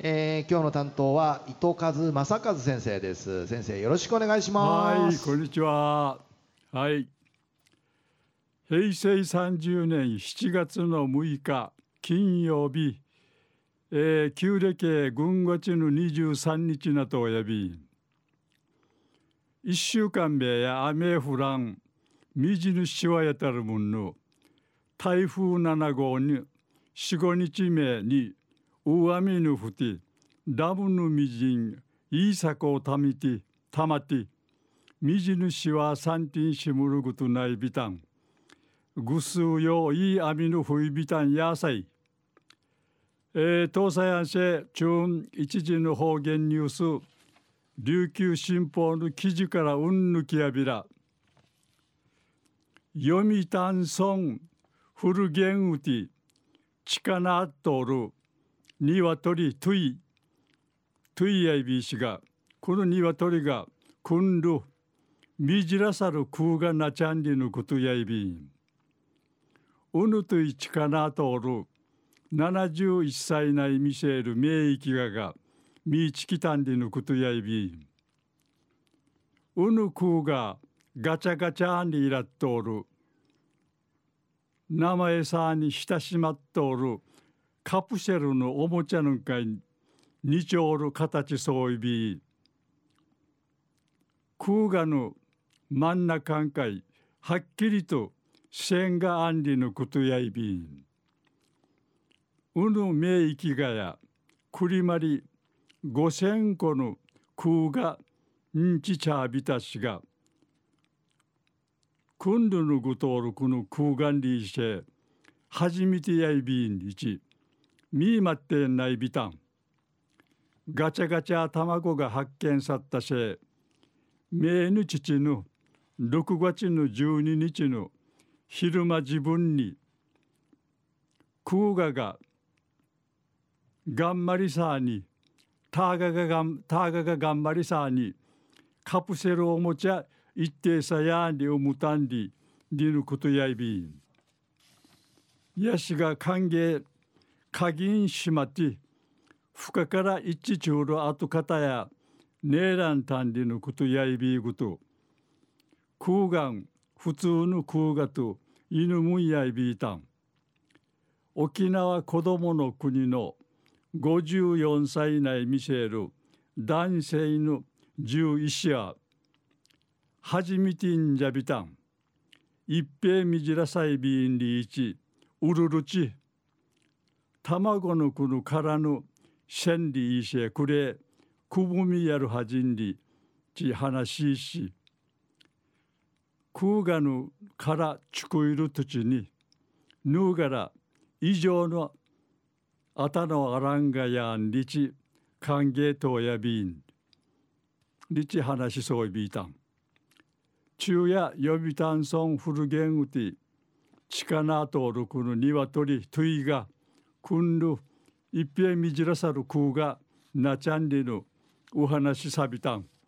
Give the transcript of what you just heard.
今日の担当は糸数正和先生です。先生、よろしくお願いします。 はい、こんにちは。はい。平成30年7月の6日金曜日、旧暦軍ごちの23日なとおやび、1週間目や雨降らん、みじぬしわやたるもんの、台風7号に4、5日目に大雨の降って、ダムのみじん、いいさこをたみて、たまって、みじぬしは三品しむることないびたん。ぐすうよいい網のふいびたんやさい。東西安市中一時の方言ニュース、琉球新報の記事からうんぬきやびら。読谷村古源うて、ちかなっとおる、にわとりといやいびしが、このにわとりが、くんる、みじらさる空がなちゃんりのことやいびん。うぬといちかなとおる、71歳ないミシェル名域が、みちきたんりのことやいびん。うぬ空がガチャガチャんりいらっとおる。名前さに親しまっとおる、カプセルのおもちゃのかい、にちょおる形そういび。空がの真ん中んかい、はっきりと線があんりのことやいびん。うぬめいきがや、くりまり5000個の空がんちちゃびたしが、くんどのぐとおるこの空がんりいせ、初めてやいびんいち、みーまってんないびたん。ガチャガチャ卵が発見さったせ、めいぬちちの6月の12日の昼間自分に空が頑張りさにターガが頑張りさにカプセルおもちゃ一定さやんりおむたんりりぬことやいびん。やしが歓迎鍵んしまって深から一ちゅうる後方やねえらんたんりぬことやいびぐと空眼普通の空がと犬むんやいびいたん。沖縄子どもの国の54歳内ミシェル男性の獣医師や初めてんじゃびたん。一平みじらさいびんりいちうるるち卵のこのからのせんりいせくれくぶみやるはじんりち話し空がのからちくいる土地にぬうがら以上のあたのあらんがやんりち歓迎とやびんりち話しそういびいたん。中や予備炭村古源うてちかなとおるくのにわとりといがくんる一平みじらさる空がなちゃんりのお話さびたん。